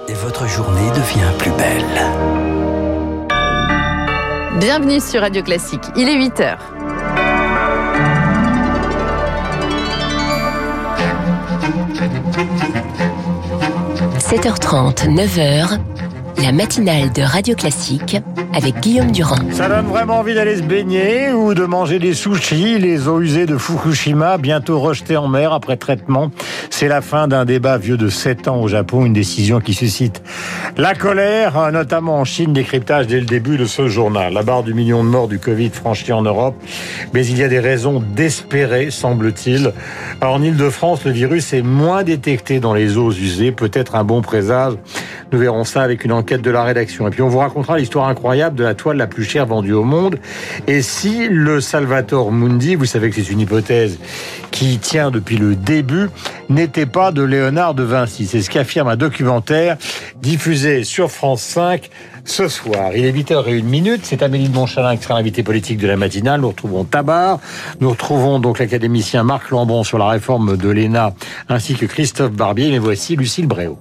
et votre journée devient plus belle. Bienvenue sur Radio Classique, il est 8h. « 7h30, 9h, la matinale de Radio Classique avec Guillaume Durand. » Ça donne vraiment envie d'aller se baigner ou de manger des sushis. Les eaux usées de Fukushima, bientôt rejetées en mer après traitement. C'est la fin d'un débat vieux de 7 ans au Japon, une décision qui suscite la colère, notamment en Chine. Décryptage dès le début de ce journal. La barre du million de morts du Covid franchie en Europe, mais il y a des raisons d'espérer, semble-t-il. En Île-de-France, le virus est moins détecté dans les eaux usées, peut-être un bon présage. Nous verrons ça avec une enquête de la rédaction. Et puis on vous racontera l'histoire incroyable de la toile la plus chère vendue au monde. Et si le Salvator Mundi, vous savez que c'est une hypothèse qui tient depuis le début, n'était pas de Léonard de Vinci. C'est ce qu'affirme un documentaire diffusé sur France 5 ce soir. Il est 8h01. C'est Amélie de Montchalin qui sera l'invité politique de la matinale. Nous retrouvons Tabar. Nous retrouvons donc l'académicien Marc Lambron sur la réforme de l'ENA ainsi que Christophe Barbier. Mais voici Lucille Bréau.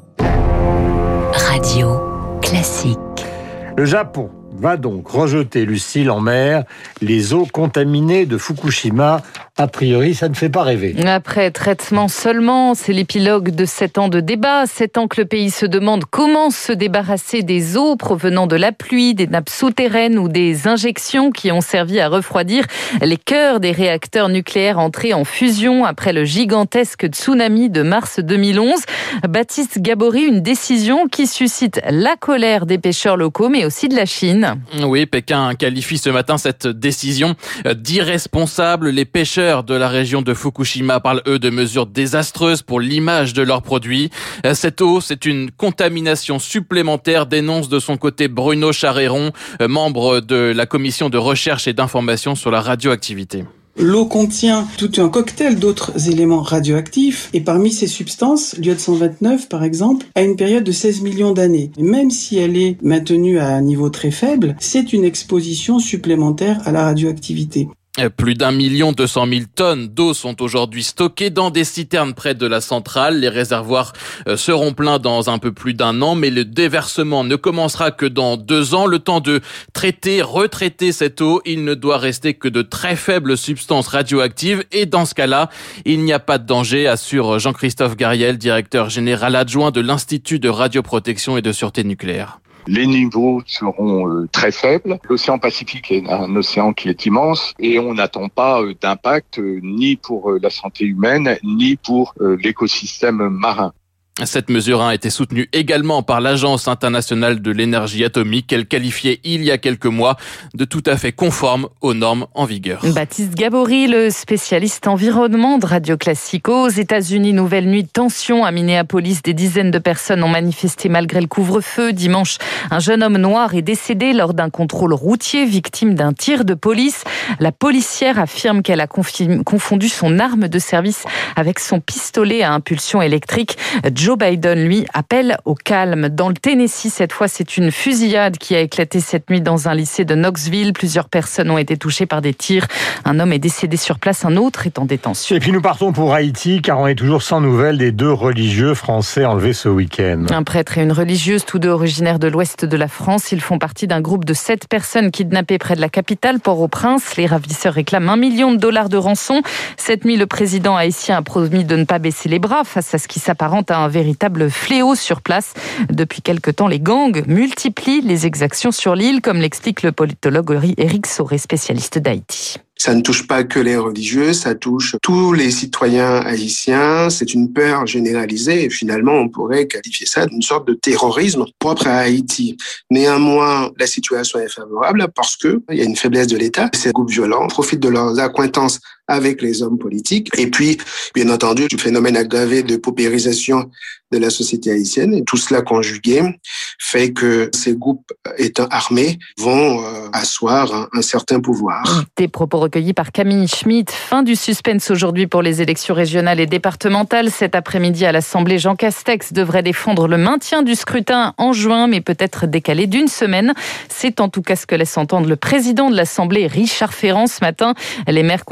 Radio Classique. Le Japon va donc rejeter, Lucille, en mer les eaux contaminées de Fukushima. A priori, ça ne fait pas rêver. Après traitement seulement, c'est l'épilogue de 7 ans de débat. 7 ans que le pays se demande comment se débarrasser des eaux provenant de la pluie, des nappes souterraines ou des injections qui ont servi à refroidir les cœurs des réacteurs nucléaires entrés en fusion après le gigantesque tsunami de mars 2011. Baptiste Gabory, une décision qui suscite la colère des pêcheurs locaux, mais aussi de la Chine. Oui, Pékin qualifie ce matin cette décision d'irresponsable. Les pêcheurs de la région de Fukushima parlent, eux, de mesures désastreuses pour l'image de leurs produits. Cette eau, c'est une contamination supplémentaire, dénonce de son côté Bruno Charéron, membre de la commission de recherche et d'information sur la radioactivité. L'eau contient tout un cocktail d'autres éléments radioactifs et parmi ces substances, l'iode 129 par exemple, a une période de 16 millions d'années. Et même si elle est maintenue à un niveau très faible, c'est une exposition supplémentaire à la radioactivité. Plus d'1 200 000 tonnes d'eau sont aujourd'hui stockées dans des citernes près de la centrale. Les réservoirs seront pleins dans un peu plus d'1 an, mais le déversement ne commencera que dans 2 ans. Le temps de retraiter cette eau, il ne doit rester que de très faibles substances radioactives. Et dans ce cas-là, il n'y a pas de danger, assure Jean-Christophe Gariel, directeur général adjoint de l'Institut de radioprotection et de sûreté nucléaire. Les niveaux seront très faibles. L'océan Pacifique est un océan qui est immense et on n'attend pas d'impact ni pour la santé humaine ni pour l'écosystème marin. Cette mesure a été soutenue également par l'Agence internationale de l'énergie atomique, qu'elle qualifiait il y a quelques mois de tout à fait conforme aux normes en vigueur. Baptiste Gabory, le spécialiste environnement de Radio Classique. Aux États-Unis, nouvelle nuit de tension à Minneapolis. Des dizaines de personnes ont manifesté malgré le couvre-feu. Dimanche, un jeune homme noir est décédé lors d'un contrôle routier, victime d'un tir de police. La policière affirme qu'elle a confondu son arme de service avec son pistolet à impulsion électrique. Joe Biden, lui, appelle au calme. Dans le Tennessee, cette fois, c'est une fusillade qui a éclaté cette nuit dans un lycée de Knoxville. Plusieurs personnes ont été touchées par des tirs. Un homme est décédé sur place, un autre est en détention. Et puis nous partons pour Haïti, car on est toujours sans nouvelles des 2 religieux français enlevés ce week-end. Un prêtre et une religieuse, tous 2 originaires de l'ouest de la France. Ils font partie d'un groupe de 7 personnes kidnappées près de la capitale, Port-au-Prince. Les ravisseurs réclament $1 million de rançon. Cette nuit, le président haïtien a promis de ne pas baisser les bras face à ce qui s'apparente à un véritable fléau sur place. Depuis quelque temps, les gangs multiplient les exactions sur l'île, comme l'explique le politologue Éric Sauré, spécialiste d'Haïti. Ça ne touche pas que les religieux, ça touche tous les citoyens haïtiens. C'est une peur généralisée et finalement, on pourrait qualifier ça d'une sorte de terrorisme propre à Haïti. Néanmoins, la situation est favorable parce que il y a une faiblesse de l'État. Ces groupes violents profitent de leurs accointances avec les hommes politiques. Et puis, bien entendu, du phénomène aggravé de paupérisation de la société haïtienne. Et tout cela conjugué fait que ces groupes étant armés vont asseoir un certain pouvoir. Des propos recueillis par Camille Schmitt. Fin du suspense aujourd'hui pour les élections régionales et départementales. Cet après-midi à l'Assemblée, Jean Castex devrait défendre le maintien du scrutin en juin, mais peut-être décalé d'1 semaine. C'est en tout cas ce que laisse entendre le président de l'Assemblée, Richard Ferrand, ce matin. Les maires consultés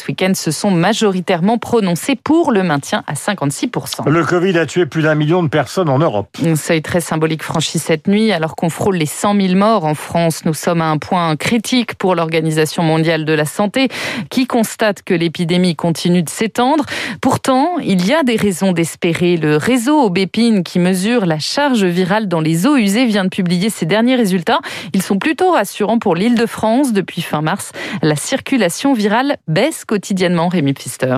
ce week-end se sont majoritairement prononcés pour le maintien à 56%. Le Covid a tué plus d'1 million de personnes en Europe. Un seuil très symbolique franchi cette nuit, alors qu'on frôle les 100 000 morts en France. Nous sommes à un point critique pour l'Organisation mondiale de la santé, qui constate que l'épidémie continue de s'étendre. Pourtant, il y a des raisons d'espérer. Le réseau Aubépine, qui mesure la charge virale dans les eaux usées, vient de publier ses derniers résultats. Ils sont plutôt rassurants pour l'Île-de-France. Depuis fin mars, la circulation virale baisse quotidiennement. Rémi Pfister.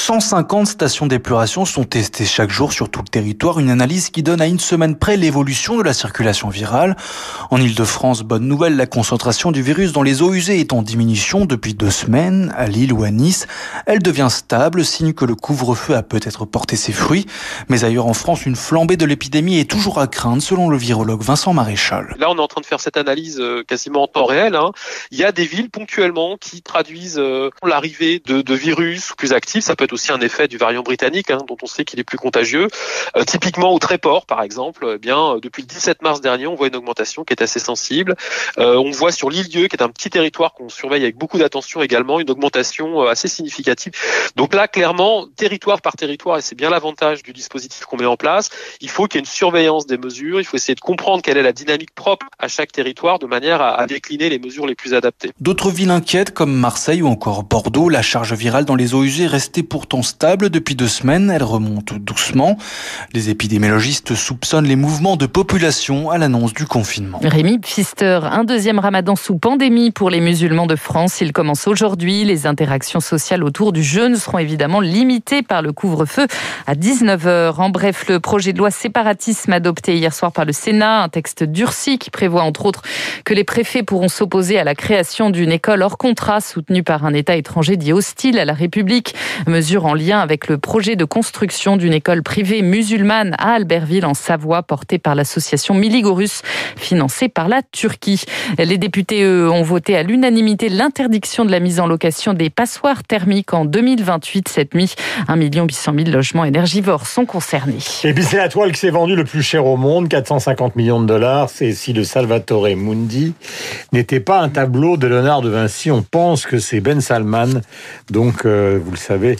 150 stations d'épuration sont testées chaque jour sur tout le territoire, une analyse qui donne à une semaine près l'évolution de la circulation virale. En Île-de-France, bonne nouvelle, la concentration du virus dans les eaux usées est en diminution depuis 2 semaines. À Lille ou à Nice, elle devient stable, signe que le couvre-feu a peut-être porté ses fruits. Mais ailleurs en France, une flambée de l'épidémie est toujours à craindre, selon le virologue Vincent Maréchal. Là, on est en train de faire cette analyse quasiment en temps réel. Il y a des villes ponctuellement qui traduisent l'arrivée de virus plus actifs. Ça peut être aussi un effet du variant britannique, dont on sait qu'il est plus contagieux. Typiquement au Tréport, par exemple, depuis le 17 mars dernier, on voit une augmentation qui est assez sensible. On voit sur l'Île-Dieu, qui est un petit territoire qu'on surveille avec beaucoup d'attention également, une augmentation assez significative. Donc là, clairement, territoire par territoire, et c'est bien l'avantage du dispositif qu'on met en place, il faut qu'il y ait une surveillance des mesures, il faut essayer de comprendre quelle est la dynamique propre à chaque territoire, de manière à décliner les mesures les plus adaptées. D'autres villes inquiètes, comme Marseille ou encore Bordeaux, la charge virale dans les eaux usées est restée pourtant stable depuis 2 semaines. Elle remonte doucement. Les épidémiologistes soupçonnent les mouvements de population à l'annonce du confinement. Rémi Pfister, un deuxième ramadan sous pandémie pour les musulmans de France. Il commence aujourd'hui. Les interactions sociales autour du jeûne seront évidemment limitées par le couvre-feu à 19h. En bref, le projet de loi séparatisme adopté hier soir par le Sénat, un texte durci qui prévoit entre autres que les préfets pourront s'opposer à la création d'une école hors contrat soutenue par un État étranger dit hostile à la République. Mesure en lien avec le projet de construction d'une école privée musulmane à Albertville en Savoie, portée par l'association Miligorus, financée par la Turquie. Les députés, eux, ont voté à l'unanimité l'interdiction de la mise en location des passoires thermiques en 2028. Cette nuit, 1 800 000 logements énergivores sont concernés. Et puis c'est la toile qui s'est vendue le plus cher au monde, 450 millions de dollars. C'est si le Salvatore Mundi n'était pas un tableau de Léonard de Vinci. On pense que c'est Ben Salman, donc vous le savez,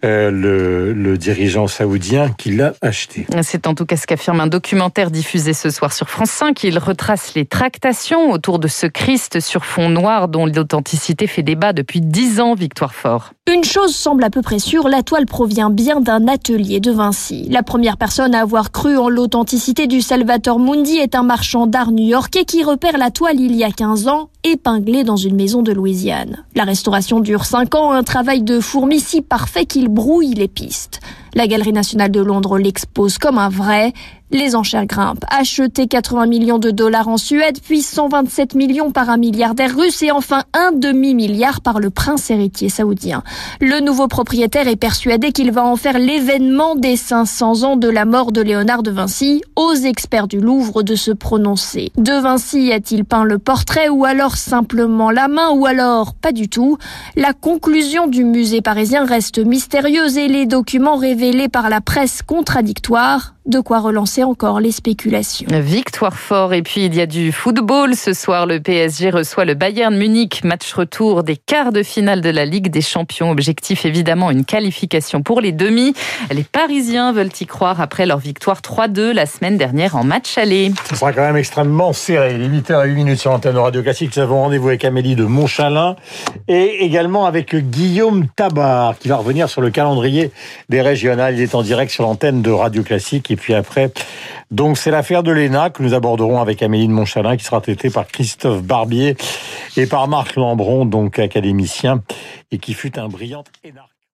le dirigeant saoudien qui l'a acheté. C'est en tout cas ce qu'affirme un documentaire diffusé ce soir sur France 5. Il retrace les tractations autour de ce Christ sur fond noir dont l'authenticité fait débat depuis 10 ans. Victoire Fort. Une chose semble à peu près sûre, la toile provient bien d'un atelier de Vinci. La première personne à avoir cru en l'authenticité du Salvatore Mundi est un marchand d'art new-yorkais qui repère la toile il y a 15 ans, épinglée dans une maison de Louisiane. La restauration dure 5 ans, un travail de fourmi si parfait qu'il brouille les pistes. La Galerie nationale de Londres l'expose comme un vrai. Les enchères grimpent. Acheté 80 millions de dollars en Suède, puis 127 millions par un milliardaire russe et enfin un demi-milliard par le prince héritier saoudien. Le nouveau propriétaire est persuadé qu'il va en faire l'événement des 500 ans de la mort de Léonard de Vinci. Aux experts du Louvre de se prononcer. De Vinci a-t-il peint le portrait ou alors simplement la main ou alors pas du tout? La conclusion du musée parisien reste mystérieuse et les documents révélés par la presse contradictoires. De quoi relancer encore les spéculations. Victoire Fort. Et puis il y a du football. Ce soir, le PSG reçoit le Bayern Munich. Match retour des quarts de finale de la Ligue des Champions. Objectif évidemment une qualification pour les demi. Les Parisiens veulent y croire après leur victoire 3-2 la semaine dernière en match aller. Ce sera quand même extrêmement serré. Il est 8h08 sur l'antenne de Radio Classique. Nous avons rendez-vous avec Amélie de Montchalin et également avec Guillaume Tabar qui va revenir sur le calendrier des régionales. Il est en direct sur l'antenne de Radio Classique. Et puis après, donc c'est l'affaire de l'ENA que nous aborderons avec Amélie de Montchalin qui sera traitée par Christophe Barbier et par Marc Lambron, donc académicien et qui fut un brillant énarque.